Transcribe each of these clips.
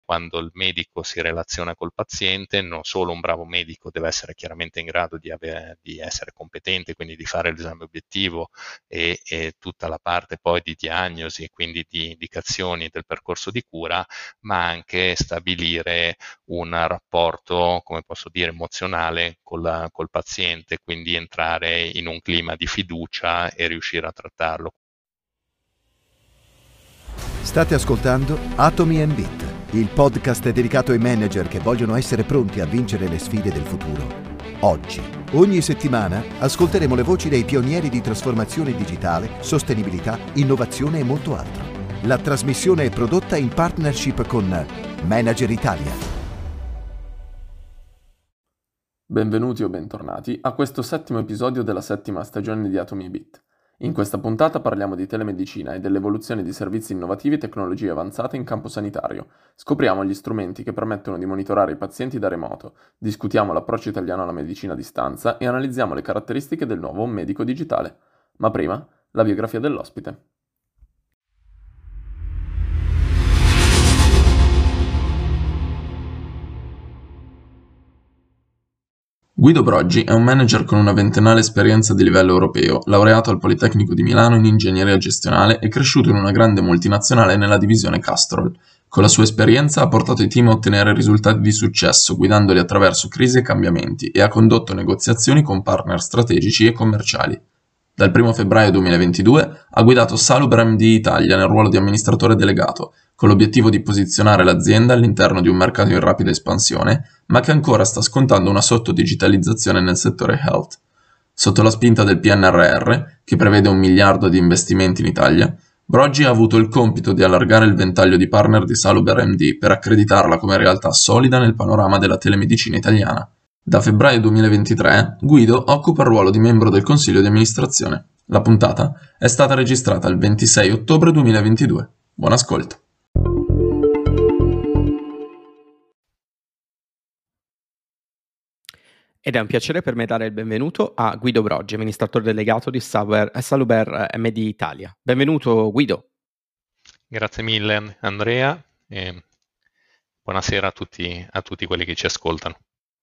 quando il medico si relaziona col paziente, non solo un bravo medico deve essere chiaramente in grado di essere competente, quindi di fare l'esame obiettivo e tutta la parte poi di diagnosi e quindi di indicazioni del percorso di cura, ma anche stabilire un rapporto, come posso dire, emozionale col paziente, quindi entrare in un clima di fiducia e riuscire a trattarlo. State ascoltando Atomi & Bit, il podcast dedicato ai manager che vogliono essere pronti a vincere le sfide del futuro. Oggi, ogni settimana, ascolteremo le voci dei pionieri di trasformazione digitale, sostenibilità, innovazione e molto altro. La trasmissione è prodotta in partnership con Manager Italia. Benvenuti o bentornati a questo settimo episodio della settima stagione di Atomi & Bit. In questa puntata parliamo di telemedicina e dell'evoluzione di servizi innovativi e tecnologie avanzate in campo sanitario. Scopriamo gli strumenti che permettono di monitorare i pazienti da remoto, discutiamo l'approccio italiano alla medicina a distanza e analizziamo le caratteristiche del nuovo medico digitale. Ma prima, la biografia dell'ospite. Guido Broggi è un manager con una ventennale esperienza di livello europeo, laureato al Politecnico di Milano in ingegneria gestionale e cresciuto in una grande multinazionale nella divisione Castrol. Con la sua esperienza ha portato i team a ottenere risultati di successo, guidandoli attraverso crisi e cambiamenti, e ha condotto negoziazioni con partner strategici e commerciali. Dal 1 febbraio 2022 ha guidato Saluber MD Italia nel ruolo di amministratore delegato, con l'obiettivo di posizionare l'azienda all'interno di un mercato in rapida espansione, ma che ancora sta scontando una sottodigitalizzazione nel settore health. Sotto la spinta del PNRR, che prevede 1 miliardo di investimenti in Italia, Broggi ha avuto il compito di allargare il ventaglio di partner di Saluber MD per accreditarla come realtà solida nel panorama della telemedicina italiana. Da febbraio 2023 Guido occupa il ruolo di membro del consiglio di amministrazione. La puntata è stata registrata il 26 ottobre 2022. Buon ascolto. Ed è un piacere per me dare il benvenuto a Guido Broggi, amministratore delegato di Saluber MD Italia. Benvenuto Guido. Grazie mille Andrea e buonasera a tutti quelli che ci ascoltano.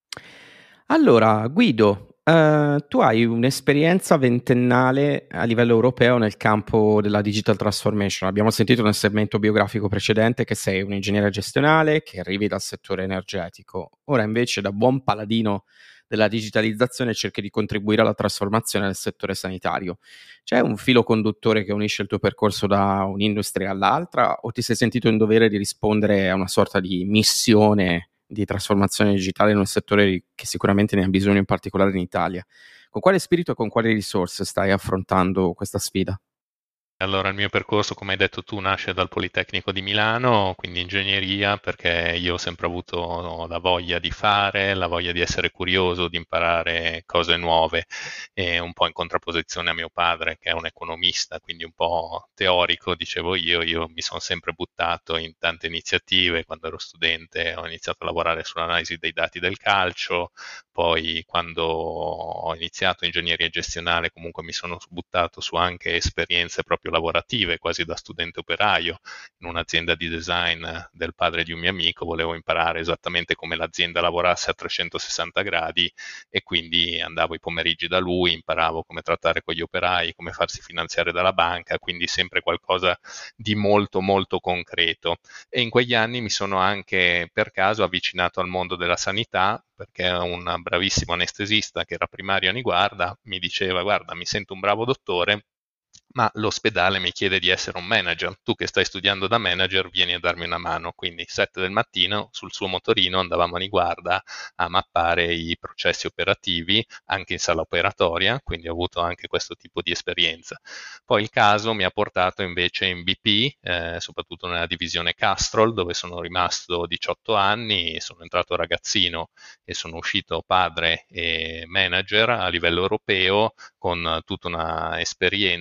Allora Guido, tu hai un'esperienza ventennale a livello europeo nel campo della digital transformation. Abbiamo sentito nel segmento biografico precedente che sei un ingegnere gestionale, che arrivi dal settore energetico. Ora invece, da buon paladino della digitalizzazione, cerchi di contribuire alla trasformazione del settore sanitario. C'è un filo conduttore che unisce il tuo percorso da un'industria all'altra, o ti sei sentito in dovere di rispondere a una sorta di missione di trasformazione digitale in un settore che sicuramente ne ha bisogno, in particolare in Italia? Con quale spirito e con quali risorse stai affrontando questa sfida? Allora, il mio percorso, come hai detto tu, nasce dal Politecnico di Milano, quindi ingegneria, perché io ho sempre avuto la voglia di fare, la voglia di essere curioso, di imparare cose nuove, e un po' in contrapposizione a mio padre, che è un economista, quindi un po' teorico, dicevo io mi sono sempre buttato in tante iniziative. Quando ero studente ho iniziato a lavorare sull'analisi dei dati del calcio, poi quando ho iniziato ingegneria gestionale comunque mi sono buttato su anche esperienze proprio lavorative, quasi da studente operaio in un'azienda di design del padre di un mio amico. Volevo imparare esattamente come l'azienda lavorasse a 360 gradi e quindi andavo i pomeriggi da lui, imparavo come trattare con gli operai, come farsi finanziare dalla banca, quindi sempre qualcosa di molto molto concreto. E in quegli anni mi sono anche per caso avvicinato al mondo della sanità, perché un bravissimo anestesista che era primario a Niguarda mi diceva: guarda, mi sento un bravo dottore, ma l'ospedale mi chiede di essere un manager, tu che stai studiando da manager vieni a darmi una mano. Quindi 7 del mattino sul suo motorino andavamo a Niguarda a mappare i processi operativi anche in sala operatoria, quindi ho avuto anche questo tipo di esperienza. Poi il caso mi ha portato invece in BP, soprattutto nella divisione Castrol, dove sono rimasto 18 anni, sono entrato ragazzino e sono uscito padre e manager a livello europeo, con tutta una esperienza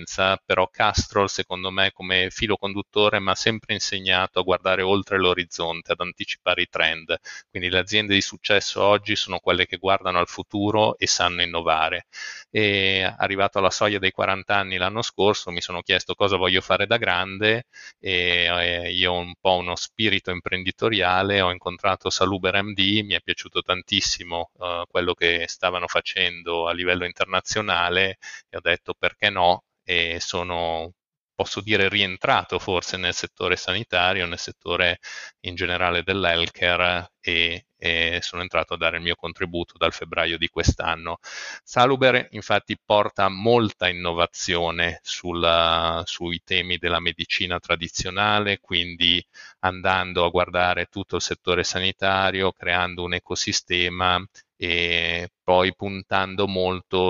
però Castrol secondo me come filo conduttore mi ha sempre insegnato a guardare oltre l'orizzonte, ad anticipare i trend. Quindi le aziende di successo oggi sono quelle che guardano al futuro e sanno innovare. E arrivato alla soglia dei 40 anni l'anno scorso mi sono chiesto cosa voglio fare da grande e io ho un po' uno spirito imprenditoriale, ho incontrato Saluber MD, mi è piaciuto tantissimo quello che stavano facendo a livello internazionale e ho detto perché no, e posso dire, rientrato forse nel settore sanitario, nel settore in generale dell'healthcare e sono entrato a dare il mio contributo dal febbraio di quest'anno. Saluber infatti porta molta innovazione sui temi della medicina tradizionale, quindi andando a guardare tutto il settore sanitario, creando un ecosistema e poi puntando molto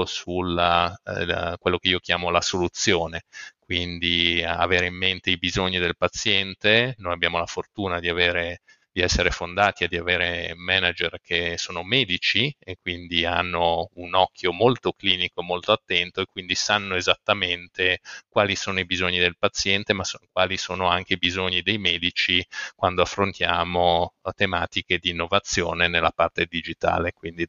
quello che io chiamo la soluzione, quindi avere in mente i bisogni del paziente. Noi abbiamo la fortuna di essere fondati e di avere manager che sono medici e quindi hanno un occhio molto clinico, molto attento e quindi sanno esattamente quali sono i bisogni del paziente, ma quali sono anche i bisogni dei medici quando affrontiamo tematiche di innovazione nella parte digitale, quindi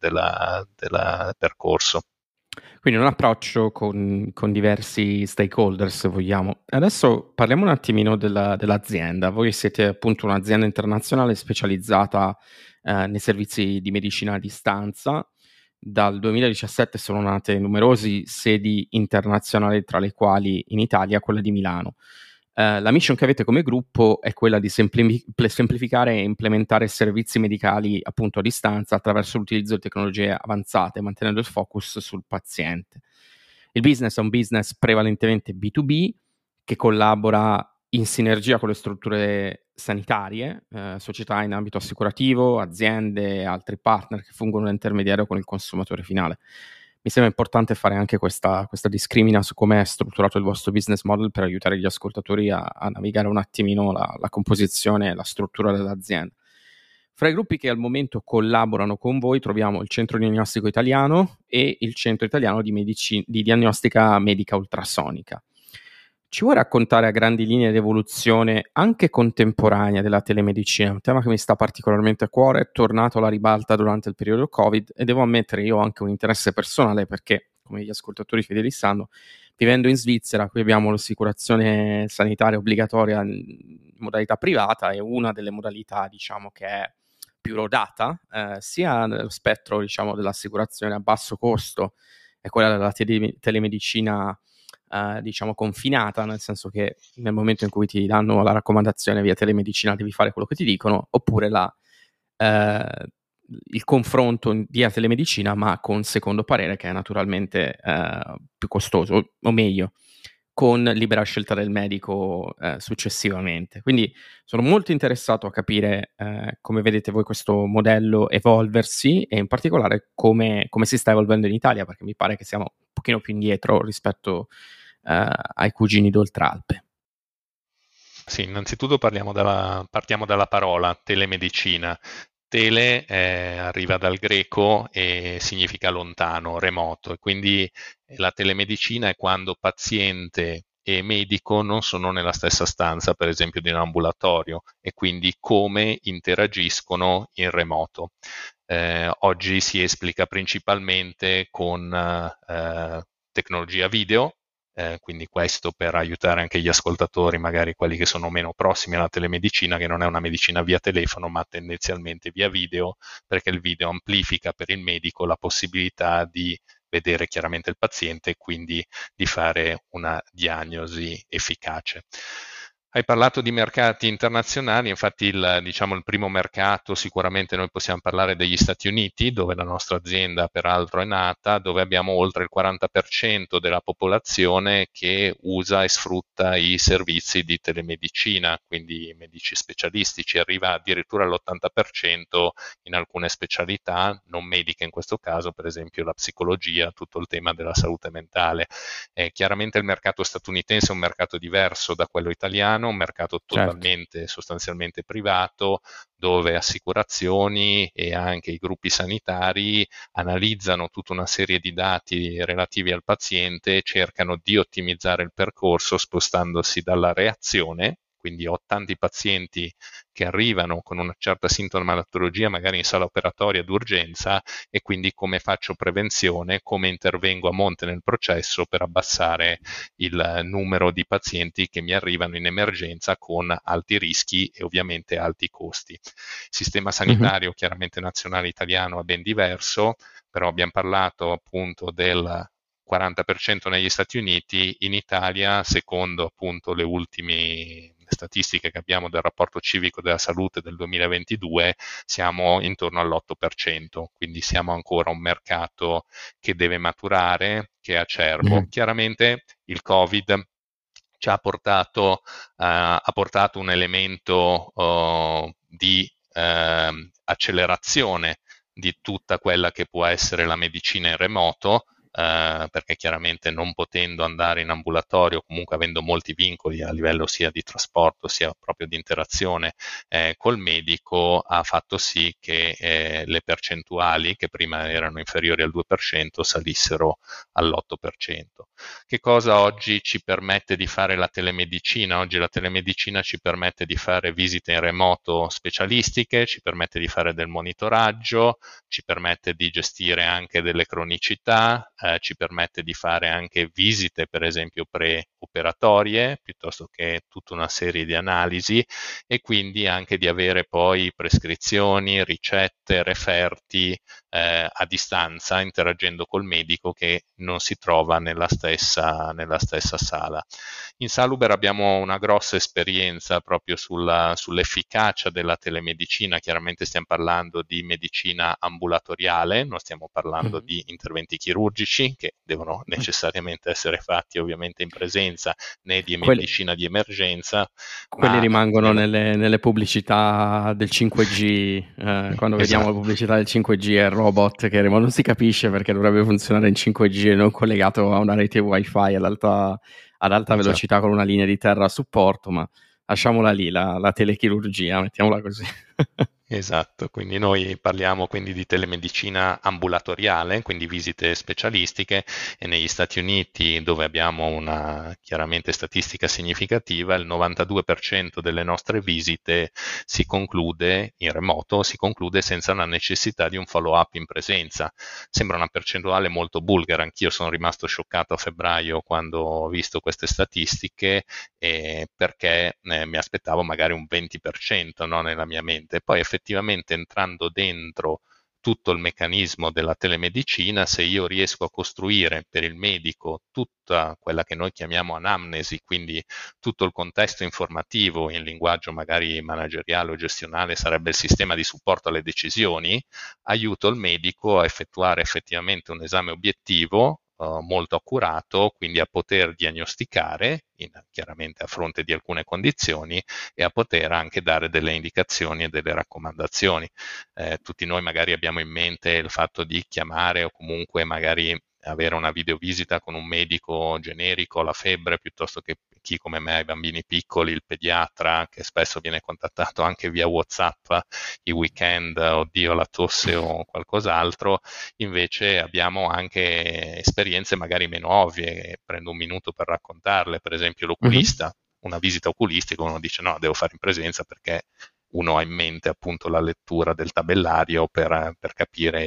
del percorso. Quindi un approccio con diversi stakeholder, se vogliamo. Adesso parliamo un attimino dell'azienda. Voi siete appunto un'azienda internazionale specializzata nei servizi di medicina a distanza. Dal 2017 sono nate numerosi sedi internazionali, tra le quali in Italia quella di Milano. La mission che avete come gruppo è quella di semplificare e implementare servizi medicali appunto a distanza attraverso l'utilizzo di tecnologie avanzate, mantenendo il focus sul paziente. Il business è un business prevalentemente B2B che collabora in sinergia con le strutture sanitarie, società in ambito assicurativo, aziende e altri partner che fungono da intermediario con il consumatore finale. Mi sembra importante fare anche questa discrimina su come è strutturato il vostro business model per aiutare gli ascoltatori a navigare un attimino la composizione e la struttura dell'azienda. Fra i gruppi che al momento collaborano con voi troviamo il Centro Diagnostico Italiano e il Centro Italiano di Diagnostica Medica Ultrasonica. Ci vuoi raccontare a grandi linee l'evoluzione anche contemporanea della telemedicina? Un tema che mi sta particolarmente a cuore, è tornato alla ribalta durante il periodo Covid e devo ammettere io ho anche un interesse personale perché, come gli ascoltatori fedeli sanno, vivendo in Svizzera, qui abbiamo l'assicurazione sanitaria obbligatoria in modalità privata e una delle modalità, diciamo, che è più rodata, sia nello spettro, diciamo, dell'assicurazione a basso costo è quella della telemedicina diciamo confinata, nel senso che nel momento in cui ti danno la raccomandazione via telemedicina devi fare quello che ti dicono, oppure il confronto via telemedicina ma con secondo parere, che è naturalmente più costoso, o meglio con libera scelta del medico successivamente. Quindi sono molto interessato a capire come vedete voi questo modello evolversi e in particolare come si sta evolvendo in Italia, perché mi pare che siamo un pochino più indietro rispetto ai cugini d'Oltralpe. Sì, innanzitutto partiamo dalla parola telemedicina. Tele arriva dal greco e significa lontano, remoto, e quindi la telemedicina è quando paziente e medico non sono nella stessa stanza, per esempio di un ambulatorio, e quindi come interagiscono in remoto. Oggi si esplica principalmente con tecnologia video, quindi questo per aiutare anche gli ascoltatori, magari quelli che sono meno prossimi alla telemedicina, che non è una medicina via telefono, ma tendenzialmente via video, perché il video amplifica per il medico la possibilità di vedere chiaramente il paziente e quindi di fare una diagnosi efficace. Hai parlato di mercati internazionali, infatti il primo mercato sicuramente noi possiamo parlare degli Stati Uniti, dove la nostra azienda peraltro è nata, dove abbiamo oltre il 40% della popolazione che usa e sfrutta i servizi di telemedicina, quindi medici specialistici, arriva addirittura all'80% in alcune specialità, non mediche in questo caso, per esempio la psicologia, tutto il tema della salute mentale. Chiaramente il mercato statunitense è un mercato diverso da quello italiano, italiano, un mercato totalmente, sostanzialmente privato, dove assicurazioni e anche i gruppi sanitari analizzano tutta una serie di dati relativi al paziente e cercano di ottimizzare il percorso spostandosi dalla reazione. Quindi ho tanti pazienti che arrivano con una certa sintomatologia, magari in sala operatoria d'urgenza, e quindi come faccio prevenzione, come intervengo a monte nel processo per abbassare il numero di pazienti che mi arrivano in emergenza con alti rischi e ovviamente alti costi. Il sistema sanitario chiaramente nazionale italiano è ben diverso, però abbiamo parlato appunto del 40% negli Stati Uniti. In Italia, secondo appunto le ultime statistiche che abbiamo del rapporto civico della salute del 2022, siamo intorno all'8%, quindi siamo ancora un mercato che deve maturare, che è acerbo. Chiaramente il Covid ci ha portato un elemento di accelerazione di tutta quella che può essere la medicina in remoto, perché chiaramente non potendo andare in ambulatorio, comunque avendo molti vincoli a livello sia di trasporto sia proprio di interazione col medico, ha fatto sì che le percentuali, che prima erano inferiori al 2%, salissero all'8%. Che cosa oggi ci permette di fare la telemedicina? Oggi la telemedicina ci permette di fare visite in remoto specialistiche, ci permette di fare del monitoraggio, ci permette di gestire anche delle cronicità, ci permette di fare anche visite, per esempio preoperatorie, piuttosto che tutta una serie di analisi, e quindi anche di avere poi prescrizioni, ricette, referti a distanza, interagendo col medico che non si trova nella stessa sala. In Saluber abbiamo una grossa esperienza proprio sull'efficacia della telemedicina. Chiaramente stiamo parlando di medicina ambulatoriale, non stiamo parlando di interventi chirurgici che devono necessariamente essere fatti ovviamente in presenza, né di medicina di emergenza. Quelli rimangono nelle pubblicità del 5G, quando vediamo la pubblicità del 5G e il robot che non si capisce perché dovrebbe funzionare in 5G e non collegato a una rete wifi ad alta velocità con una linea di terra a supporto, ma lasciamola lì, la telechirurgia, mettiamola così. Esatto, quindi noi parliamo quindi di telemedicina ambulatoriale, quindi visite specialistiche, e negli Stati Uniti, dove abbiamo una chiaramente statistica significativa, il 92% delle nostre visite si conclude in remoto, si conclude senza la necessità di un follow-up in presenza. Sembra una percentuale molto bulgara, anch'io sono rimasto scioccato a febbraio quando ho visto queste statistiche, perché mi aspettavo magari un 20%, no, nella mia mente. Poi effettivamente entrando dentro tutto il meccanismo della telemedicina, se io riesco a costruire per il medico tutta quella che noi chiamiamo anamnesi, quindi tutto il contesto informativo in linguaggio magari manageriale o gestionale sarebbe il sistema di supporto alle decisioni, aiuto il medico a effettuare effettivamente un esame obiettivo molto accurato, quindi a poter diagnosticare, chiaramente a fronte di alcune condizioni, e a poter anche dare delle indicazioni e delle raccomandazioni. Tutti noi magari abbiamo in mente il fatto di chiamare o comunque magari avere una videovisita con un medico generico, la febbre, piuttosto che chi come me ha i bambini piccoli, il pediatra, che spesso viene contattato anche via WhatsApp i weekend, oddio la tosse o qualcos'altro. Invece abbiamo anche esperienze magari meno ovvie, prendo un minuto per raccontarle, per esempio l'oculista, una visita oculistica, uno dice no, devo fare in presenza perché uno ha in mente appunto la lettura del tabellario per capire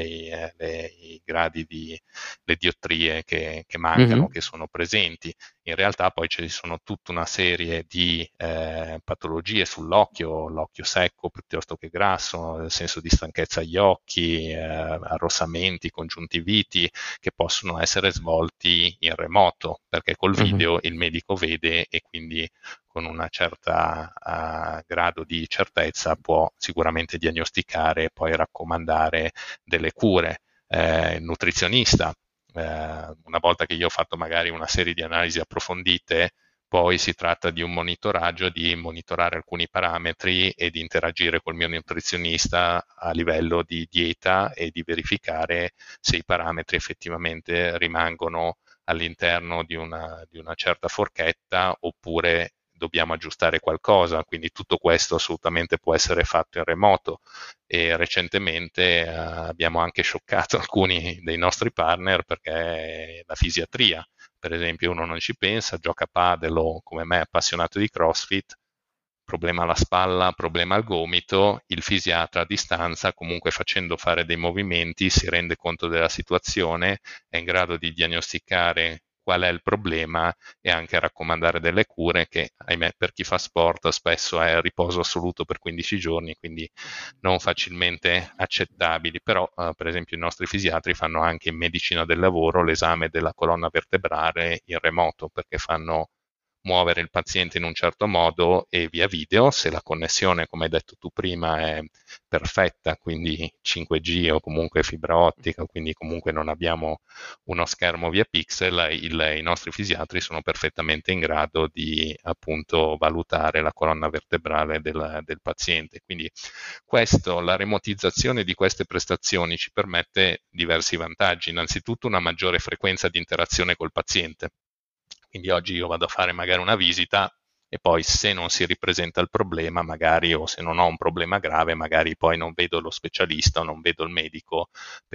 i gradi le diottrie che mancano, che sono presenti. In realtà poi ci sono tutta una serie di patologie sull'occhio, l'occhio secco piuttosto che grasso, il senso di stanchezza agli occhi, arrossamenti, congiuntiviti, che possono essere svolti in remoto, perché col video il medico vede e quindi con una certa grado di certezza può sicuramente diagnosticare e poi raccomandare delle cure. Il nutrizionista, una volta che io ho fatto magari una serie di analisi approfondite, poi si tratta di un monitoraggio, di monitorare alcuni parametri e di interagire col mio nutrizionista a livello di dieta e di verificare se i parametri effettivamente rimangono all'interno di una certa forchetta oppure dobbiamo aggiustare qualcosa, quindi tutto questo assolutamente può essere fatto in remoto. E recentemente abbiamo anche scioccato alcuni dei nostri partner, perché la fisiatria, per esempio, uno non ci pensa, gioca padel o come me appassionato di CrossFit, problema alla spalla, problema al gomito, il fisiatra a distanza, comunque facendo fare dei movimenti, si rende conto della situazione, è in grado di diagnosticare qual è il problema e anche raccomandare delle cure che, ahimè, per chi fa sport spesso è riposo assoluto per 15 giorni, quindi non facilmente accettabili. Però, per esempio, i nostri fisiatri fanno anche in medicina del lavoro l'esame della colonna vertebrale in remoto, perché fanno muovere il paziente in un certo modo e via video, se la connessione, come hai detto tu prima, è perfetta, quindi 5G o comunque fibra ottica, quindi comunque non abbiamo uno schermo via pixel, i nostri fisiatri sono perfettamente in grado di appunto valutare la colonna vertebrale del paziente. Quindi la remotizzazione di queste prestazioni ci permette diversi vantaggi. Innanzitutto una maggiore frequenza di interazione col paziente. Quindi oggi io vado a fare magari una visita e poi se non si ripresenta il problema, magari, o se non ho un problema grave, magari poi non vedo lo specialista o non vedo il medico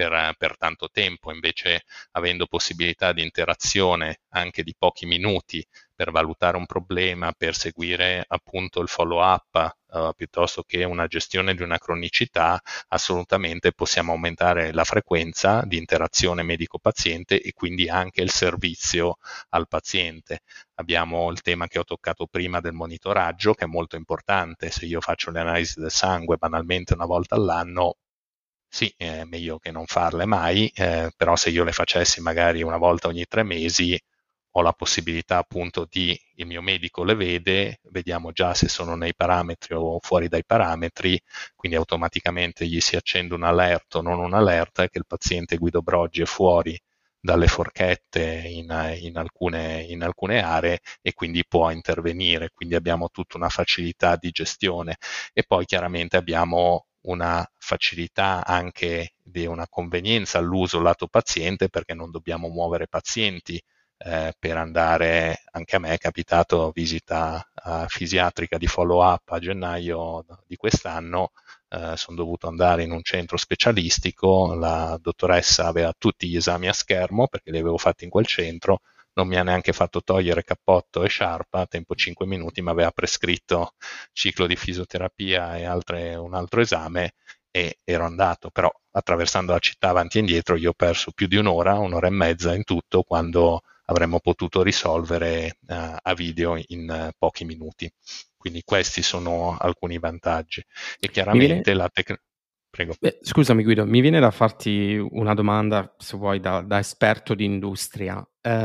per tanto tempo. Invece, avendo possibilità di interazione anche di pochi minuti per valutare un problema, per seguire appunto il follow-up, piuttosto che una gestione di una cronicità, assolutamente possiamo aumentare la frequenza di interazione medico-paziente e quindi anche il servizio al paziente. Abbiamo il tema che ho toccato prima del monitoraggio, che è molto importante. Se io faccio le analisi del sangue banalmente una volta all'anno, sì, è meglio che non farle mai, però se io le facessi magari una volta ogni 3 mesi, ho la possibilità appunto il mio medico le vede, vediamo già se sono nei parametri o fuori dai parametri, quindi automaticamente gli si accende un alert o non un alert che il paziente Guido Broggi è fuori dalle forchette in alcune aree e quindi può intervenire, quindi abbiamo tutta una facilità di gestione e poi chiaramente abbiamo una facilità anche di una convenienza all'uso lato paziente, perché non dobbiamo muovere pazienti per andare. Anche a me è capitato visita fisiatrica di follow up a gennaio di quest'anno, sono dovuto andare in un centro specialistico, la dottoressa aveva tutti gli esami a schermo perché li avevo fatti in quel centro, non mi ha neanche fatto togliere cappotto e sciarpa, a tempo 5 minuti mi aveva prescritto ciclo di fisioterapia e un altro esame e ero andato. Però attraversando la città avanti e indietro io ho perso più di un'ora e mezza in tutto, quando avremmo potuto risolvere a video in pochi minuti. Quindi questi sono alcuni vantaggi. E chiaramente Prego. Scusami Guido, mi viene da farti una domanda, se vuoi, da esperto di industria.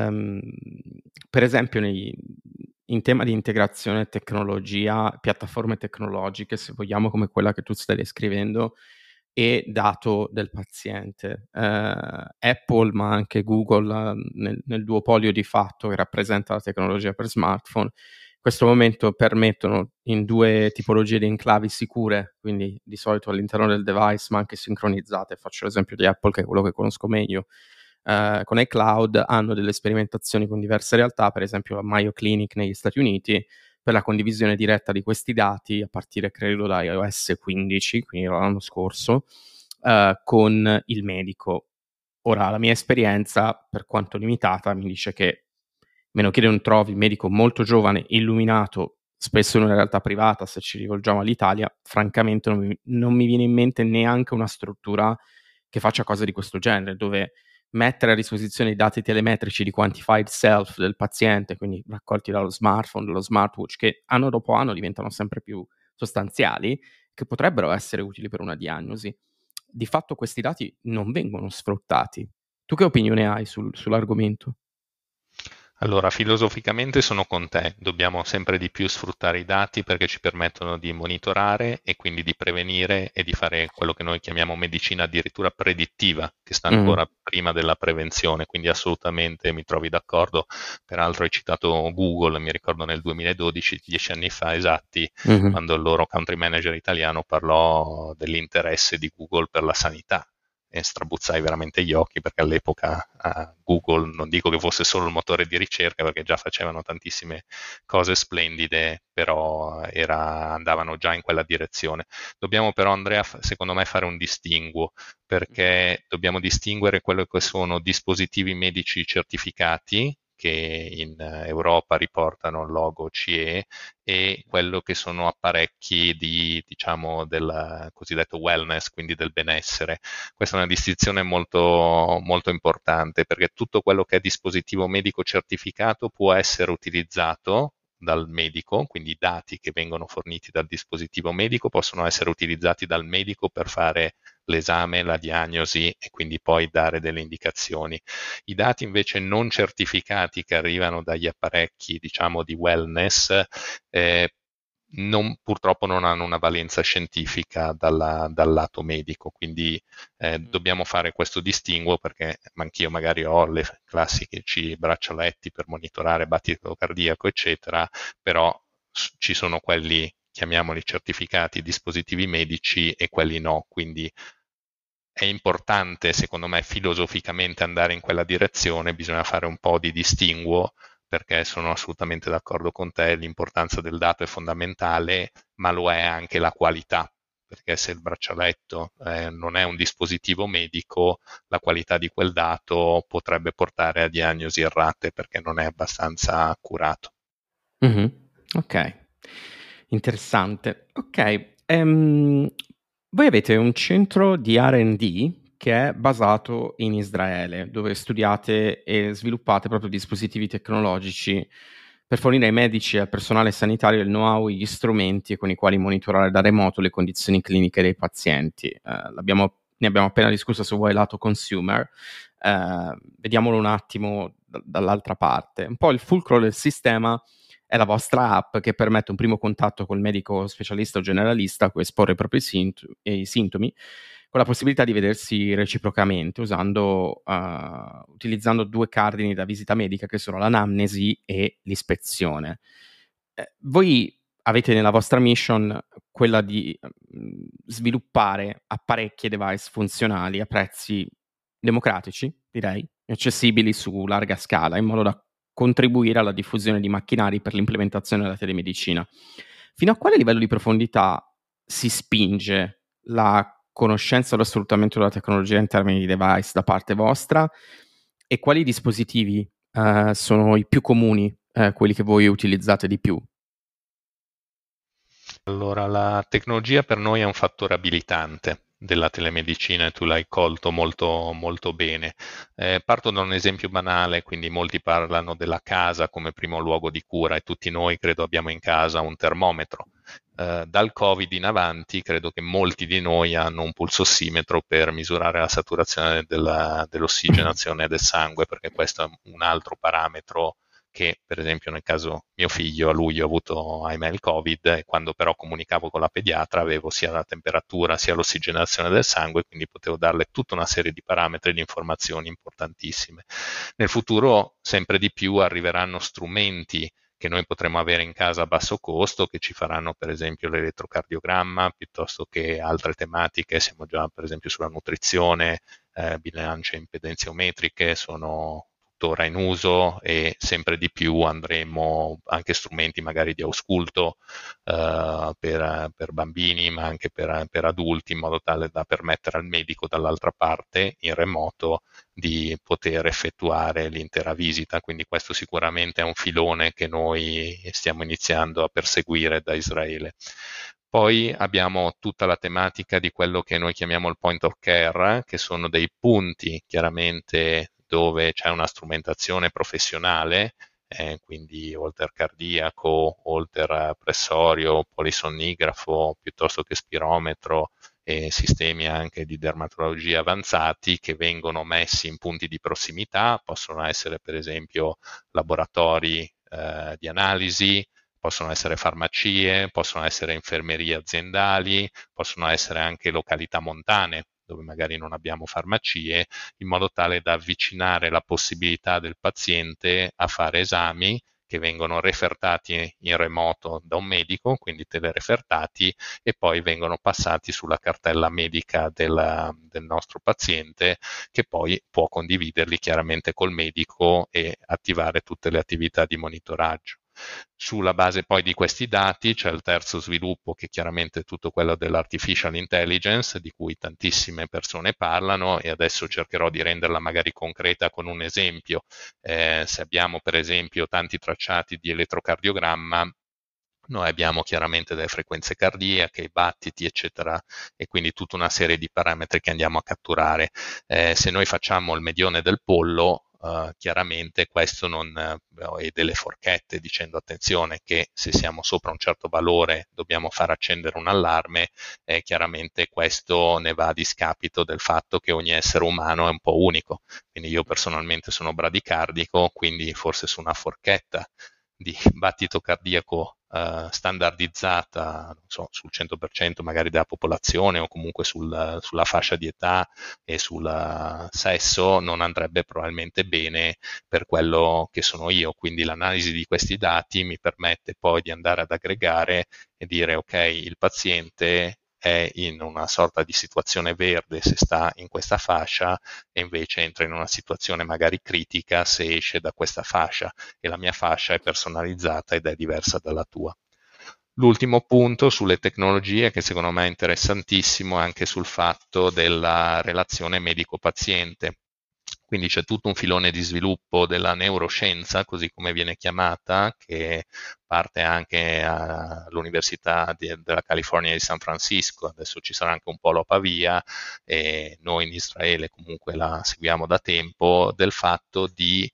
Per esempio, in tema di integrazione e tecnologia, piattaforme tecnologiche, se vogliamo, come quella che tu stai descrivendo, e dato del paziente. Apple, ma anche Google, nel duopolio di fatto che rappresenta la tecnologia per smartphone, in questo momento permettono in 2 tipologie di enclavi sicure, quindi di solito all'interno del device, ma anche sincronizzate. Faccio l'esempio di Apple, che è quello che conosco meglio. Con iCloud hanno delle sperimentazioni con diverse realtà, per esempio la Mayo Clinic negli Stati Uniti, per la condivisione diretta di questi dati a partire, credo, da iOS 15, quindi l'anno scorso, con il medico. Ora, la mia esperienza, per quanto limitata, mi dice che, meno che non trovi il medico molto giovane, illuminato, spesso in una realtà privata, se ci rivolgiamo all'Italia, francamente non mi viene in mente neanche una struttura che faccia cose di questo genere, dove mettere a disposizione i dati telemetrici di quantified self del paziente, quindi raccolti dallo smartphone, dallo smartwatch, che anno dopo anno diventano sempre più sostanziali, che potrebbero essere utili per una diagnosi. Di fatto questi dati non vengono sfruttati. Tu che opinione hai sull'argomento? Allora, filosoficamente sono con te, dobbiamo sempre di più sfruttare i dati perché ci permettono di monitorare e quindi di prevenire e di fare quello che noi chiamiamo medicina addirittura predittiva, che sta ancora prima della prevenzione, quindi assolutamente mi trovi d'accordo. Peraltro hai citato Google, mi ricordo nel 2012, 10 anni fa esatti, quando il loro country manager italiano parlò dell'interesse di Google per la sanità. e strabuzzai veramente gli occhi, perché all'epoca Google, non dico che fosse solo il motore di ricerca, perché già facevano tantissime cose splendide, però andavano già in quella direzione. Dobbiamo però, Andrea, secondo me fare un distinguo, perché dobbiamo distinguere quello che sono dispositivi medici certificati, che in Europa riportano il logo CE, e quello che sono apparecchi diciamo, del cosiddetto wellness, quindi del benessere. Questa è una distinzione molto, molto importante, perché tutto quello che è dispositivo medico certificato può essere utilizzato dal medico, quindi i dati che vengono forniti dal dispositivo medico possono essere utilizzati dal medico per fare l'esame, la diagnosi e quindi poi dare delle indicazioni. I dati invece non certificati che arrivano dagli apparecchi, diciamo, di wellness, purtroppo non hanno una valenza scientifica dal lato medico, quindi dobbiamo fare questo distinguo, perché anch'io magari ho le classici braccialetti per monitorare battito cardiaco, eccetera, però ci sono quelli, chiamiamoli certificati, dispositivi medici, e quelli no, quindi è importante, secondo me, filosoficamente andare in quella direzione. Bisogna fare un po' di distinguo, perché sono assolutamente d'accordo con te, l'importanza del dato è fondamentale, ma lo è anche la qualità, perché se il braccialetto non è un dispositivo medico, la qualità di quel dato potrebbe portare a diagnosi errate, perché non è abbastanza accurato. Ok, interessante. Ok, voi avete un centro di R&D che è basato in Israele, dove studiate e sviluppate proprio dispositivi tecnologici per fornire ai medici e al personale sanitario il know-how e gli strumenti con i quali monitorare da remoto le condizioni cliniche dei pazienti. Ne abbiamo appena discusso su voi lato consumer, vediamolo un attimo dall'altra parte. Un po' il fulcro del sistema è la vostra app, che permette un primo contatto col medico specialista o generalista a cui esporre i propri sintomi, con la possibilità di vedersi reciprocamente utilizzando due cardini da visita medica, che sono l'anamnesi e l'ispezione. Voi avete nella vostra mission quella di sviluppare apparecchi e device funzionali a prezzi democratici, direi, accessibili su larga scala, in modo da contribuire alla diffusione di macchinari per l'implementazione della telemedicina. Fino a quale livello di profondità si spinge la conoscenza e lo sfruttamento della tecnologia in termini di device da parte vostra, e quali dispositivi sono i più comuni, quelli che voi utilizzate di più? Allora, la tecnologia per noi è un fattore abilitante della telemedicina, e tu l'hai colto molto, molto bene. Parto da un esempio banale, quindi molti parlano della casa come primo luogo di cura, e tutti noi credo abbiamo in casa un termometro. Dal Covid in avanti credo che molti di noi hanno un pulsossimetro per misurare la saturazione dell'ossigenazione del sangue, perché questo è un altro parametro che, per esempio, nel caso mio figlio, a luglio ha avuto, ahimè, il Covid, e quando però comunicavo con la pediatra avevo sia la temperatura sia l'ossigenazione del sangue, quindi potevo darle tutta una serie di parametri e di informazioni importantissime. Nel futuro sempre di più arriveranno strumenti che noi potremo avere in casa a basso costo, che ci faranno per esempio l'elettrocardiogramma, piuttosto che altre tematiche. Siamo già per esempio sulla nutrizione, bilance impedenziometriche sono tuttora in uso, e sempre di più andremo anche strumenti magari di ausculto per bambini, ma anche per adulti, in modo tale da permettere al medico dall'altra parte in remoto di poter effettuare l'intera visita. Quindi questo sicuramente è un filone che noi stiamo iniziando a perseguire da Israele. Poi abbiamo tutta la tematica di quello che noi chiamiamo il point of care, che sono dei punti chiaramente dove c'è una strumentazione professionale, quindi holter cardiaco, holter pressorio, polisonnigrafo, piuttosto che spirometro, e sistemi anche di dermatologia avanzati, che vengono messi in punti di prossimità. Possono essere per esempio laboratori di analisi, possono essere farmacie, possono essere infermerie aziendali, possono essere anche località montane dove magari non abbiamo farmacie, in modo tale da avvicinare la possibilità del paziente a fare esami che vengono refertati in remoto da un medico, quindi telerefertati, e poi vengono passati sulla cartella medica del nostro paziente, che poi può condividerli chiaramente col medico e attivare tutte le attività di monitoraggio. Sulla base poi di questi dati c'è il terzo sviluppo, che chiaramente è tutto quello dell'artificial intelligence, di cui tantissime persone parlano, e adesso cercherò di renderla magari concreta con un esempio. Se abbiamo per esempio tanti tracciati di elettrocardiogramma, noi abbiamo chiaramente delle frequenze cardiache, i battiti, eccetera, e quindi tutta una serie di parametri che andiamo a catturare. Se noi facciamo il medione del pollo, chiaramente questo non e delle forchette, dicendo attenzione che se siamo sopra un certo valore dobbiamo far accendere un allarme, chiaramente questo ne va a discapito del fatto che ogni essere umano è un po' unico. Quindi io personalmente sono bradicardico, quindi forse su una forchetta di battito cardiaco standardizzata, non so, sul 100% magari della popolazione, o comunque sulla fascia di età e sul sesso, non andrebbe probabilmente bene per quello che sono io. Quindi l'analisi di questi dati mi permette poi di andare ad aggregare e dire ok, il paziente è in una sorta di situazione verde se sta in questa fascia, e invece entra in una situazione magari critica se esce da questa fascia, e la mia fascia è personalizzata ed è diversa dalla tua. L'ultimo punto sulle tecnologie, che secondo me è interessantissimo, è anche sul fatto della relazione medico-paziente. Quindi c'è tutto un filone di sviluppo della neuroscienza, così come viene chiamata, che parte anche all'Università della California di San Francisco. Adesso ci sarà anche un polo a Pavia, e noi in Israele comunque la seguiamo da tempo, del fatto di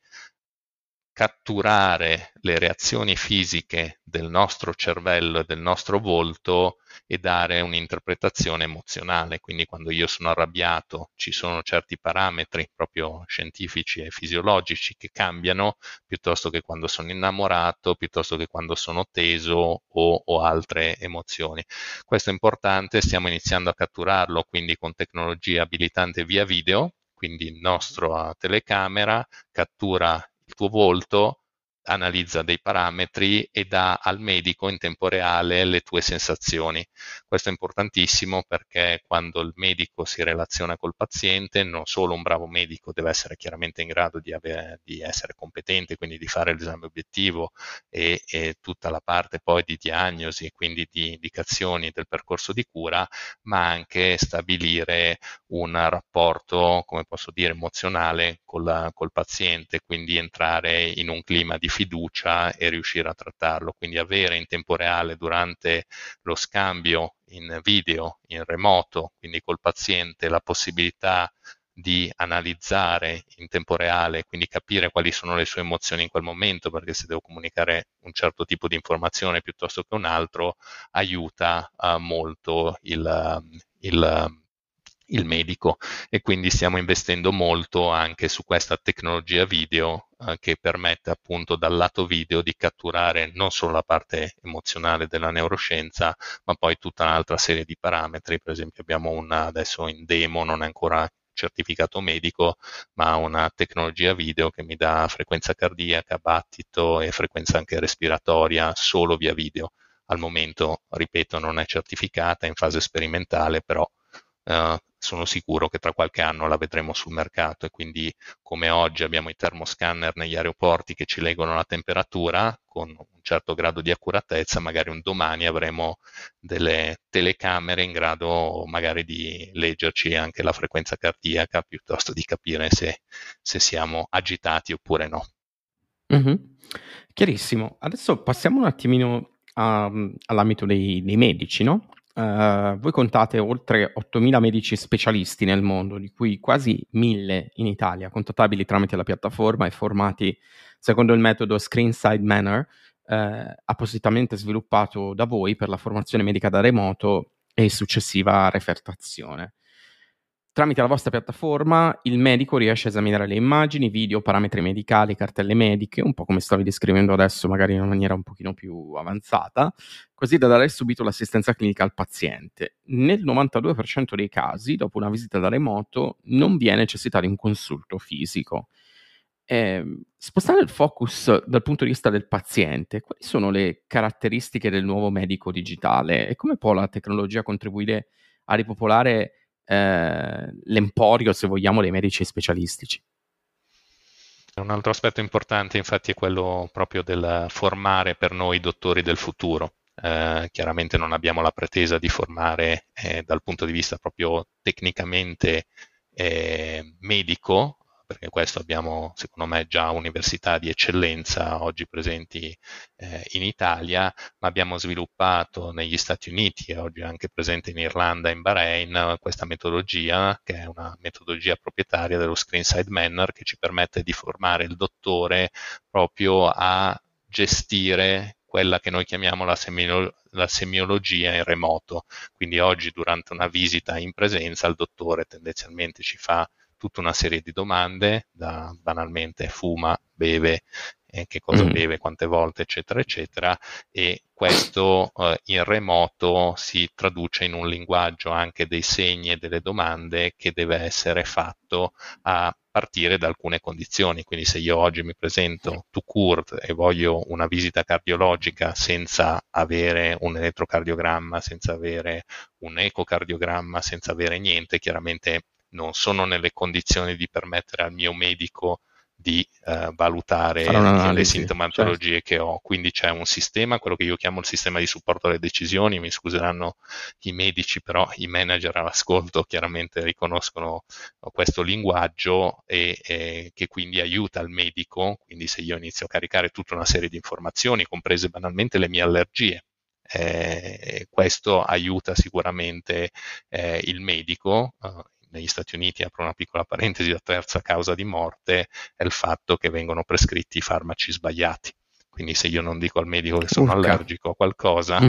catturare le reazioni fisiche del nostro cervello e del nostro volto e dare un'interpretazione emozionale. Quindi quando io sono arrabbiato ci sono certi parametri proprio scientifici e fisiologici che cambiano, piuttosto che quando sono innamorato, piuttosto che quando sono teso o altre emozioni. Questo è importante, stiamo iniziando a catturarlo quindi con tecnologia abilitante via video, quindi il nostro telecamera cattura il tuo volto, analizza dei parametri e dà al medico in tempo reale le tue sensazioni. Questo è importantissimo perché quando il medico si relaziona col paziente, non solo un bravo medico deve essere chiaramente in grado di essere competente, quindi di fare l'esame obiettivo e tutta la parte poi di diagnosi e quindi di indicazioni del percorso di cura, ma anche stabilire un rapporto, come posso dire, emozionale col paziente, quindi entrare in un clima di fiducia e riuscire a trattarlo. Quindi avere in tempo reale, durante lo scambio in video, in remoto, quindi col paziente, la possibilità di analizzare in tempo reale, quindi capire quali sono le sue emozioni in quel momento, perché se devo comunicare un certo tipo di informazione piuttosto che un altro, aiuta molto il medico, e quindi stiamo investendo molto anche su questa tecnologia video che permette appunto dal lato video di catturare non solo la parte emozionale della neuroscienza, ma poi tutta un'altra serie di parametri. Per esempio abbiamo adesso in demo, non è ancora certificato medico, ma una tecnologia video che mi dà frequenza cardiaca, battito e frequenza anche respiratoria solo via video. Al momento, ripeto, non è certificata, è in fase sperimentale, però sono sicuro che tra qualche anno la vedremo sul mercato. E quindi, come oggi abbiamo i termoscanner negli aeroporti che ci leggono la temperatura con un certo grado di accuratezza, magari un domani avremo delle telecamere in grado magari di leggerci anche la frequenza cardiaca, piuttosto di capire se siamo agitati oppure no. Chiarissimo. Adesso passiamo un attimino all'ambito dei medici, no? Voi contate oltre 8.000 medici specialisti nel mondo, di cui quasi 1.000 in Italia, contattabili tramite la piattaforma e formati secondo il metodo Screenside Manner, appositamente sviluppato da voi per la formazione medica da remoto e successiva refertazione. Tramite la vostra piattaforma il medico riesce a esaminare le immagini, video, parametri medicali, cartelle mediche, un po' come stavi descrivendo adesso, magari in una maniera un pochino più avanzata, così da dare subito l'assistenza clinica al paziente. Nel 92% dei casi, dopo una visita da remoto, non vi è necessità di un consulto fisico. Spostando il focus dal punto di vista del paziente, quali sono le caratteristiche del nuovo medico digitale e come può la tecnologia contribuire a ripopolare l'emporio, se vogliamo, dei medici specialistici? Un altro aspetto importante infatti è quello proprio del formare per noi i dottori del futuro. Chiaramente non abbiamo la pretesa di formare dal punto di vista proprio tecnicamente medico, perché questo abbiamo secondo me già università di eccellenza oggi presenti in Italia, ma abbiamo sviluppato negli Stati Uniti e oggi anche presente in Irlanda e in Bahrain questa metodologia, che è una metodologia proprietaria dello Screen Side Manner, che ci permette di formare il dottore proprio a gestire quella che noi chiamiamo la semiologia in remoto. Quindi oggi durante una visita in presenza il dottore tendenzialmente ci fa tutta una serie di domande, da banalmente fuma, beve, che cosa beve, quante volte, eccetera, eccetera, e questo in remoto si traduce in un linguaggio anche dei segni e delle domande che deve essere fatto a partire da alcune condizioni. Quindi se io oggi mi presento tout court e voglio una visita cardiologica senza avere un elettrocardiogramma, senza avere un ecocardiogramma, senza avere niente, chiaramente non sono nelle condizioni di permettere al mio medico di valutare le sintomatologie, certo, che ho. Quindi c'è un sistema, quello che io chiamo il sistema di supporto alle decisioni, mi scuseranno i medici, però i manager all'ascolto chiaramente riconoscono questo linguaggio e che quindi aiuta il medico. Quindi se io inizio a caricare tutta una serie di informazioni, comprese banalmente le mie allergie, questo aiuta sicuramente il medico. Negli Stati Uniti, apro una piccola parentesi, la terza causa di morte è il fatto che vengono prescritti farmaci sbagliati. Quindi se io non dico al medico che sono allergico a qualcosa,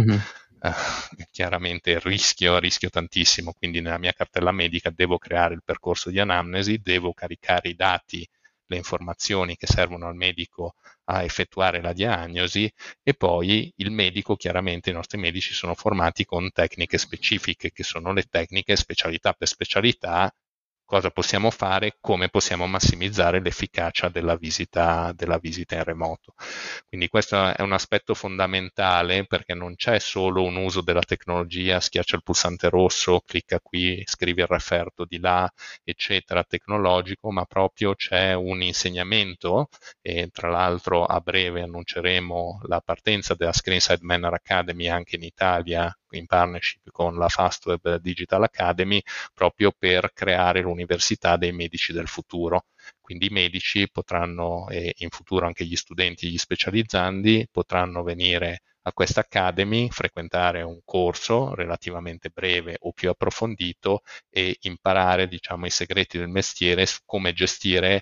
chiaramente rischio tantissimo. Quindi nella mia cartella medica devo creare il percorso di anamnesi, devo caricare i dati, le informazioni che servono al medico a effettuare la diagnosi, e poi il medico, chiaramente i nostri medici sono formati con tecniche specifiche, che sono le tecniche specialità per specialità. Cosa possiamo fare, come possiamo massimizzare l'efficacia della visita in remoto. Quindi questo è un aspetto fondamentale, perché non c'è solo un uso della tecnologia, schiaccia il pulsante rosso, clicca qui, scrivi il referto di là, eccetera, tecnologico, ma proprio c'è un insegnamento, e tra l'altro a breve annunceremo la partenza della Screen Side Manner Academy anche in Italia, in partnership con la Fastweb Digital Academy, proprio per creare l'università dei medici del futuro. Quindi i medici potranno, e in futuro anche gli studenti, gli specializzandi, potranno venire a questa Academy, frequentare un corso relativamente breve o più approfondito e imparare, diciamo, i segreti del mestiere su come gestire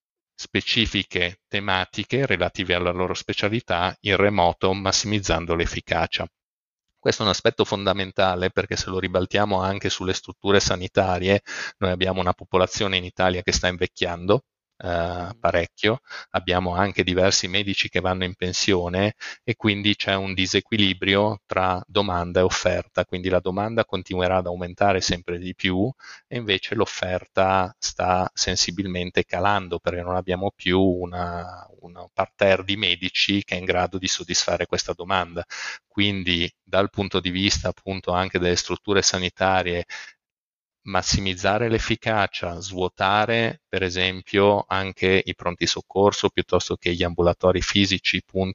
specifiche tematiche relative alla loro specialità in remoto, massimizzando l'efficacia. Questo è un aspetto fondamentale, perché se lo ribaltiamo anche sulle strutture sanitarie, noi abbiamo una popolazione in Italia che sta invecchiando parecchio, abbiamo anche diversi medici che vanno in pensione e quindi c'è un disequilibrio tra domanda e offerta, quindi la domanda continuerà ad aumentare sempre di più e invece l'offerta sta sensibilmente calando, perché non abbiamo più una parterre di medici che è in grado di soddisfare questa domanda. Quindi dal punto di vista appunto anche delle strutture sanitarie, massimizzare l'efficacia, svuotare per esempio anche i pronti soccorso piuttosto che gli ambulatori fisici,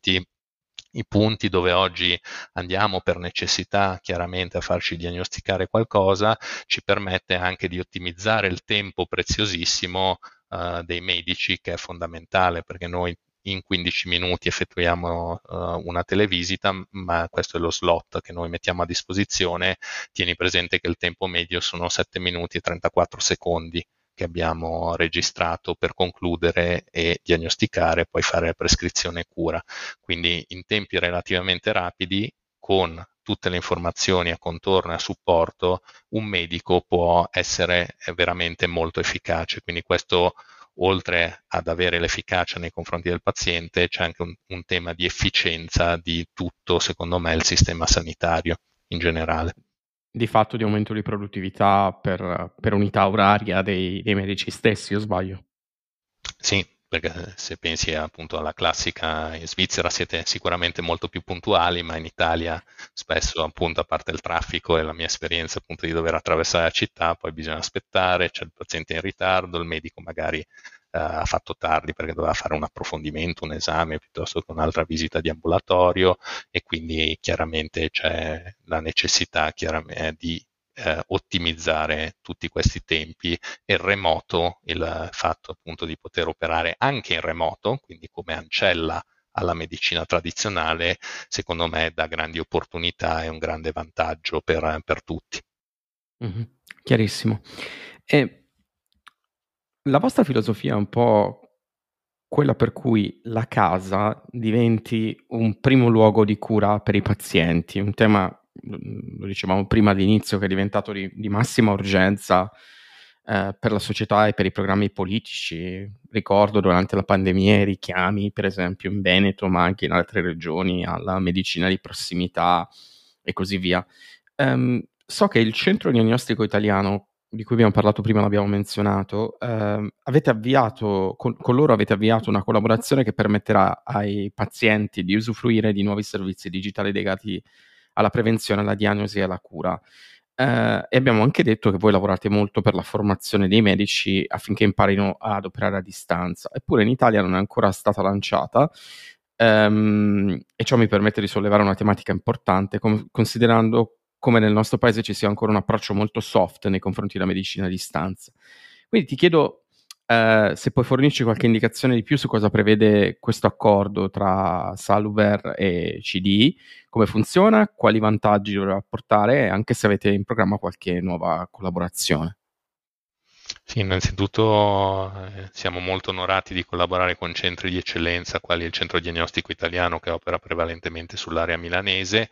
i punti dove oggi andiamo per necessità chiaramente a farci diagnosticare qualcosa, ci permette anche di ottimizzare il tempo preziosissimo dei medici, che è fondamentale, perché noi in 15 minuti effettuiamo una televisita, ma questo è lo slot che noi mettiamo a disposizione. Tieni presente che il tempo medio sono 7 minuti e 34 secondi che abbiamo registrato per concludere e diagnosticare, poi fare la prescrizione e cura. Quindi in tempi relativamente rapidi, con tutte le informazioni a contorno e a supporto, un medico può essere veramente molto efficace. Quindi questo, oltre ad avere l'efficacia nei confronti del paziente, c'è anche un tema di efficienza di tutto, secondo me, il sistema sanitario in generale. Di fatto di aumento di produttività per unità oraria dei medici stessi, o sbaglio? Sì, perché se pensi appunto alla classica, in Svizzera siete sicuramente molto più puntuali, ma in Italia spesso appunto a parte il traffico e la mia esperienza appunto di dover attraversare la città, poi bisogna aspettare, c'è il paziente in ritardo, il medico magari ha fatto tardi perché doveva fare un approfondimento, un esame piuttosto che un'altra visita di ambulatorio e quindi chiaramente c'è la necessità di ottimizzare tutti questi tempi e il remoto, il fatto appunto di poter operare anche in remoto, quindi come ancella alla medicina tradizionale, secondo me dà grandi opportunità e un grande vantaggio per tutti. Chiarissimo. E la vostra filosofia è un po' quella per cui la casa diventi un primo luogo di cura per i pazienti, un tema, lo dicevamo prima all'inizio, che è diventato di massima urgenza per la società e per i programmi politici. Ricordo durante la pandemia i richiami, per esempio in Veneto, ma anche in altre regioni, alla medicina di prossimità e così via. So che il centro diagnostico italiano, di cui abbiamo parlato prima, l'abbiamo menzionato, avete avviato con loro avete avviato una collaborazione che permetterà ai pazienti di usufruire di nuovi servizi digitali legati alla prevenzione, alla diagnosi e alla cura. E abbiamo anche detto che voi lavorate molto per la formazione dei medici affinché imparino ad operare a distanza. Eppure in Italia non è ancora stata lanciata, e ciò mi permette di sollevare una tematica importante, considerando come nel nostro paese ci sia ancora un approccio molto soft nei confronti della medicina a distanza. Quindi ti chiedo se puoi fornirci qualche indicazione di più su cosa prevede questo accordo tra Saluver e CDI, come funziona, quali vantaggi dovrà portare, anche se avete in programma qualche nuova collaborazione. Sì, innanzitutto siamo molto onorati di collaborare con centri di eccellenza, quali il Centro Diagnostico Italiano che opera prevalentemente sull'area milanese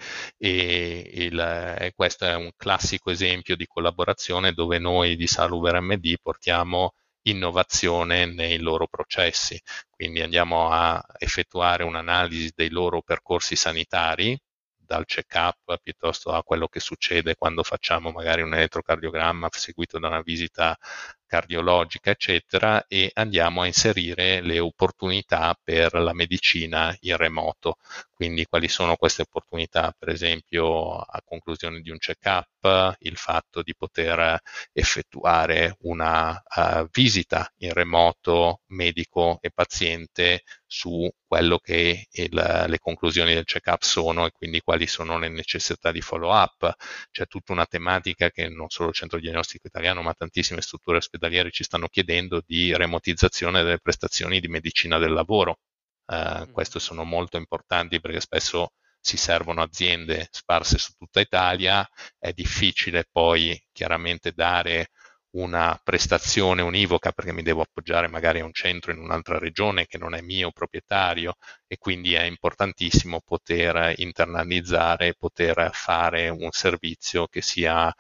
e questo è un classico esempio di collaborazione dove noi di Saluver MD portiamo innovazione nei loro processi, quindi andiamo a effettuare un'analisi dei loro percorsi sanitari, dal check-up piuttosto a quello che succede quando facciamo magari un elettrocardiogramma seguito da una visita cardiologica, eccetera, e andiamo a inserire le opportunità per la medicina in remoto. Quindi quali sono queste opportunità? Per esempio, a conclusione di un check-up, il fatto di poter effettuare una visita in remoto medico e paziente su quello che le conclusioni del check-up sono e quindi quali sono le necessità di follow-up. C'è tutta una tematica che non solo il Centro Diagnostico Italiano, ma tantissime strutture ospedaliere ci stanno chiedendo di remotizzazione delle prestazioni di medicina del lavoro. Queste sono molto importanti perché spesso si servono aziende sparse su tutta Italia, è difficile poi chiaramente dare una prestazione univoca perché mi devo appoggiare magari a un centro in un'altra regione che non è mio proprietario e quindi è importantissimo poter internalizzare, poter fare un servizio che sia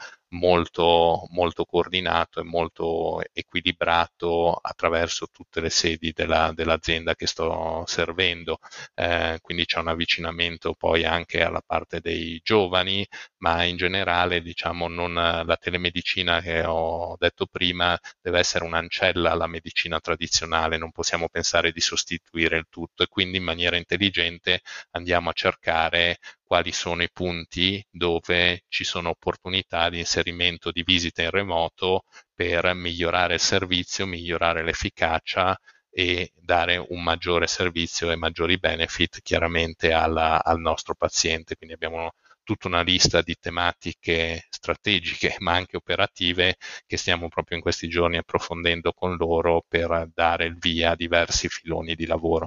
molto, molto coordinato e molto equilibrato attraverso tutte le sedi dell'azienda che sto servendo. Quindi c'è un avvicinamento poi anche alla parte dei giovani, ma in generale diciamo non la telemedicina che ho detto prima deve essere un'ancella alla medicina tradizionale, non possiamo pensare di sostituire il tutto e quindi in maniera intelligente andiamo a cercare quali sono i punti dove ci sono opportunità di inserimento di visite in remoto per migliorare il servizio, migliorare l'efficacia e dare un maggiore servizio e maggiori benefit chiaramente al nostro paziente. Quindi abbiamo tutta una lista di tematiche strategiche ma anche operative che stiamo proprio in questi giorni approfondendo con loro per dare il via a diversi filoni di lavoro.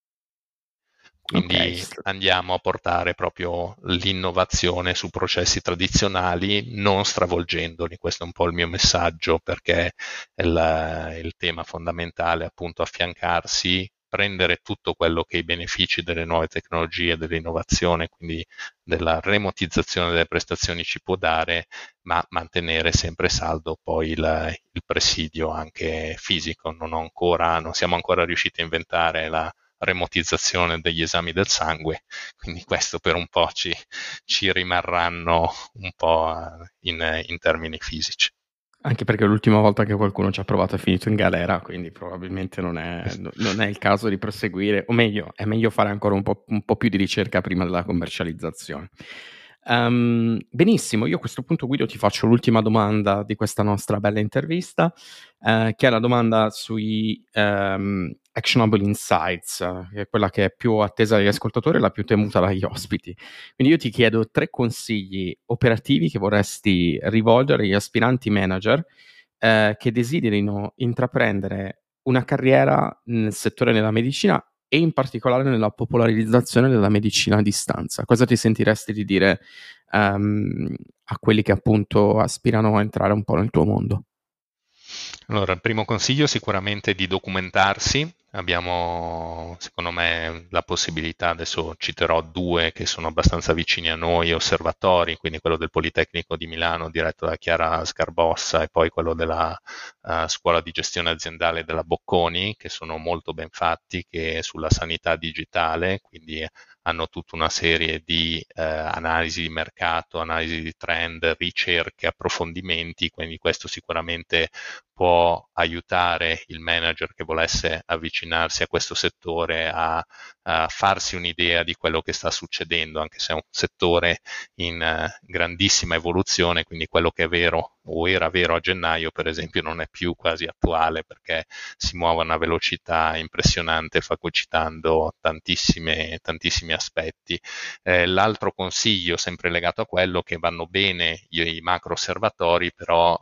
Okay. Quindi andiamo a portare proprio l'innovazione su processi tradizionali, non stravolgendoli. Questo è un po' il mio messaggio, perché il tema fondamentale è appunto affiancarsi, prendere tutto quello che i benefici delle nuove tecnologie, dell'innovazione, quindi della remotizzazione delle prestazioni ci può dare, ma mantenere sempre saldo poi il presidio anche fisico. Non siamo ancora riusciti a inventare la remotizzazione degli esami del sangue, quindi questo per un po' ci rimarranno un po' in termini fisici. Anche perché l'ultima volta che qualcuno ci ha provato è finito in galera, quindi probabilmente non è il caso di proseguire, o meglio, è meglio fare ancora un po' più di ricerca prima della commercializzazione. Benissimo, io a questo punto, Guido, ti faccio l'ultima domanda di questa nostra bella intervista, che è la domanda sui actionable insights, che è quella che è più attesa dagli ascoltatori e la più temuta dagli ospiti. Quindi io ti chiedo 3 consigli operativi che vorresti rivolgere agli aspiranti manager che desiderino intraprendere una carriera nel settore della medicina e in particolare nella popolarizzazione della medicina a distanza. Cosa ti sentiresti di dire a quelli che appunto aspirano a entrare un po' nel tuo mondo? Allora, il primo consiglio sicuramente è di documentarsi. Abbiamo, secondo me, la possibilità, adesso citerò 2 che sono abbastanza vicini a noi, osservatori, quindi quello del Politecnico di Milano diretto da Chiara Sgarbossa e poi quello della Scuola di Gestione Aziendale della Bocconi, che sono molto ben fatti, che è sulla sanità digitale, quindi hanno tutta una serie di analisi di mercato, analisi di trend, ricerche, approfondimenti, quindi questo sicuramente può aiutare il manager che volesse avvicinarsi a questo settore a farsi un'idea di quello che sta succedendo, anche se è un settore in grandissima evoluzione, quindi quello che è vero o era vero a gennaio, per esempio, non è più quasi attuale perché si muove a una velocità impressionante, fagocitando tantissimi aspetti. L'altro consiglio, sempre legato a quello, che vanno bene i macro osservatori, però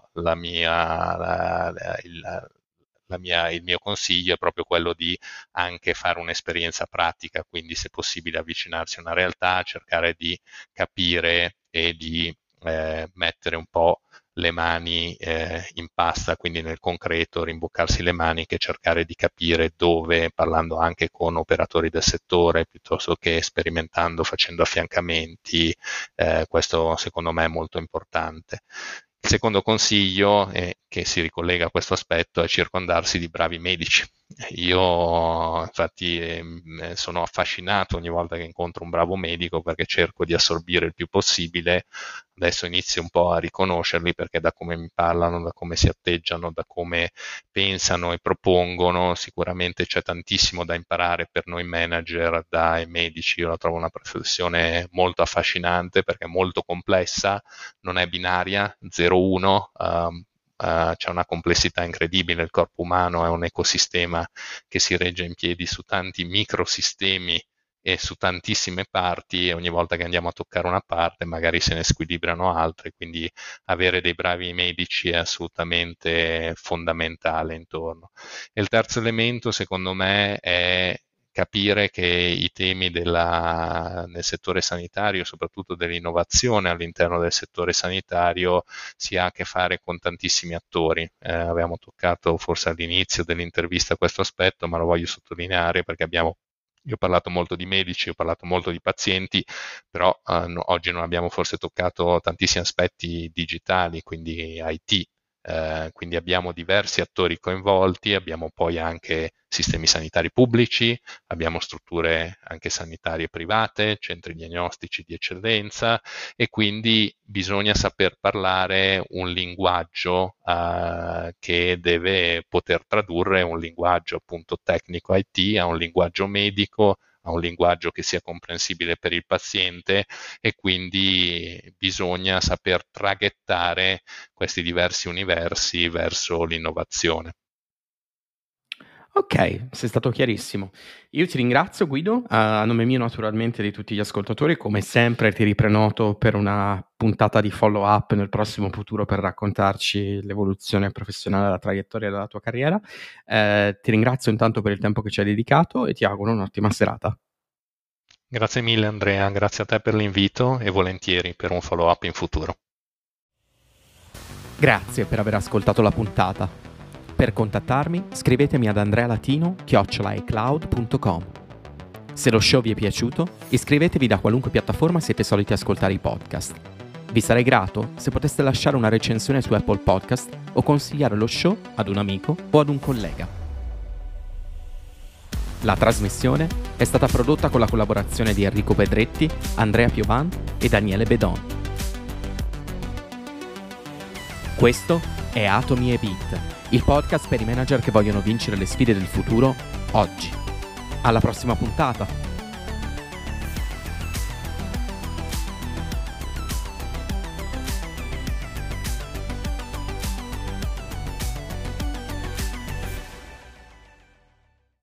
il mio consiglio è proprio quello di anche fare un'esperienza pratica, quindi se possibile avvicinarsi a una realtà, cercare di capire e di mettere un po' le mani in pasta, quindi nel concreto rimboccarsi le maniche, cercare di capire dove, parlando anche con operatori del settore, piuttosto che sperimentando, facendo affiancamenti, questo secondo me è molto importante. Il secondo consiglio, che si ricollega a questo aspetto, è circondarsi di bravi medici. Io infatti sono affascinato ogni volta che incontro un bravo medico perché cerco di assorbire il più possibile. Adesso inizio un po' a riconoscerli perché da come mi parlano, da come si atteggiano, da come pensano e propongono, sicuramente c'è tantissimo da imparare per noi manager dai medici. Io la trovo una professione molto affascinante perché è molto complessa, non è binaria, 0-1, c'è una complessità incredibile, il corpo umano è un ecosistema che si regge in piedi su tanti microsistemi e su tantissime parti, e ogni volta che andiamo a toccare una parte magari se ne squilibrano altre, quindi avere dei bravi medici è assolutamente fondamentale intorno. E il terzo elemento, secondo me, è capire che i temi nel settore sanitario, soprattutto dell'innovazione all'interno del settore sanitario, si ha a che fare con tantissimi attori. Abbiamo toccato forse all'inizio dell'intervista questo aspetto, ma lo voglio sottolineare perché io ho parlato molto di medici, ho parlato molto di pazienti, però oggi non abbiamo forse toccato tantissimi aspetti digitali, quindi IT. Quindi abbiamo diversi attori coinvolti, abbiamo poi anche sistemi sanitari pubblici, abbiamo strutture anche sanitarie private, centri diagnostici di eccellenza, e quindi bisogna saper parlare un linguaggio che deve poter tradurre un linguaggio appunto tecnico IT a un linguaggio medico, a un linguaggio che sia comprensibile per il paziente, e quindi bisogna saper traghettare questi diversi universi verso l'innovazione. Ok, sei stato chiarissimo. Io ti ringrazio, Guido, a nome mio naturalmente di tutti gli ascoltatori. Come sempre ti riprenoto per una puntata di follow up nel prossimo futuro per raccontarci l'evoluzione professionale, la traiettoria della tua carriera. Ti ringrazio intanto per il tempo che ci hai dedicato e ti auguro un'ottima serata. Grazie mille Andrea, grazie a te per l'invito e volentieri per un follow up in futuro. Grazie per aver ascoltato la puntata. Per contattarmi scrivetemi ad andrealatino@icloud.com. Se lo show vi è piaciuto, iscrivetevi da qualunque piattaforma siete soliti ascoltare i podcast. Vi sarei grato se poteste lasciare una recensione su Apple Podcast o consigliare lo show ad un amico o ad un collega. La trasmissione è stata prodotta con la collaborazione di Enrico Pedretti, Andrea Piovan e Daniele Bedon. Questo è Atomi e Bit, il podcast per i manager che vogliono vincere le sfide del futuro oggi. Alla prossima puntata!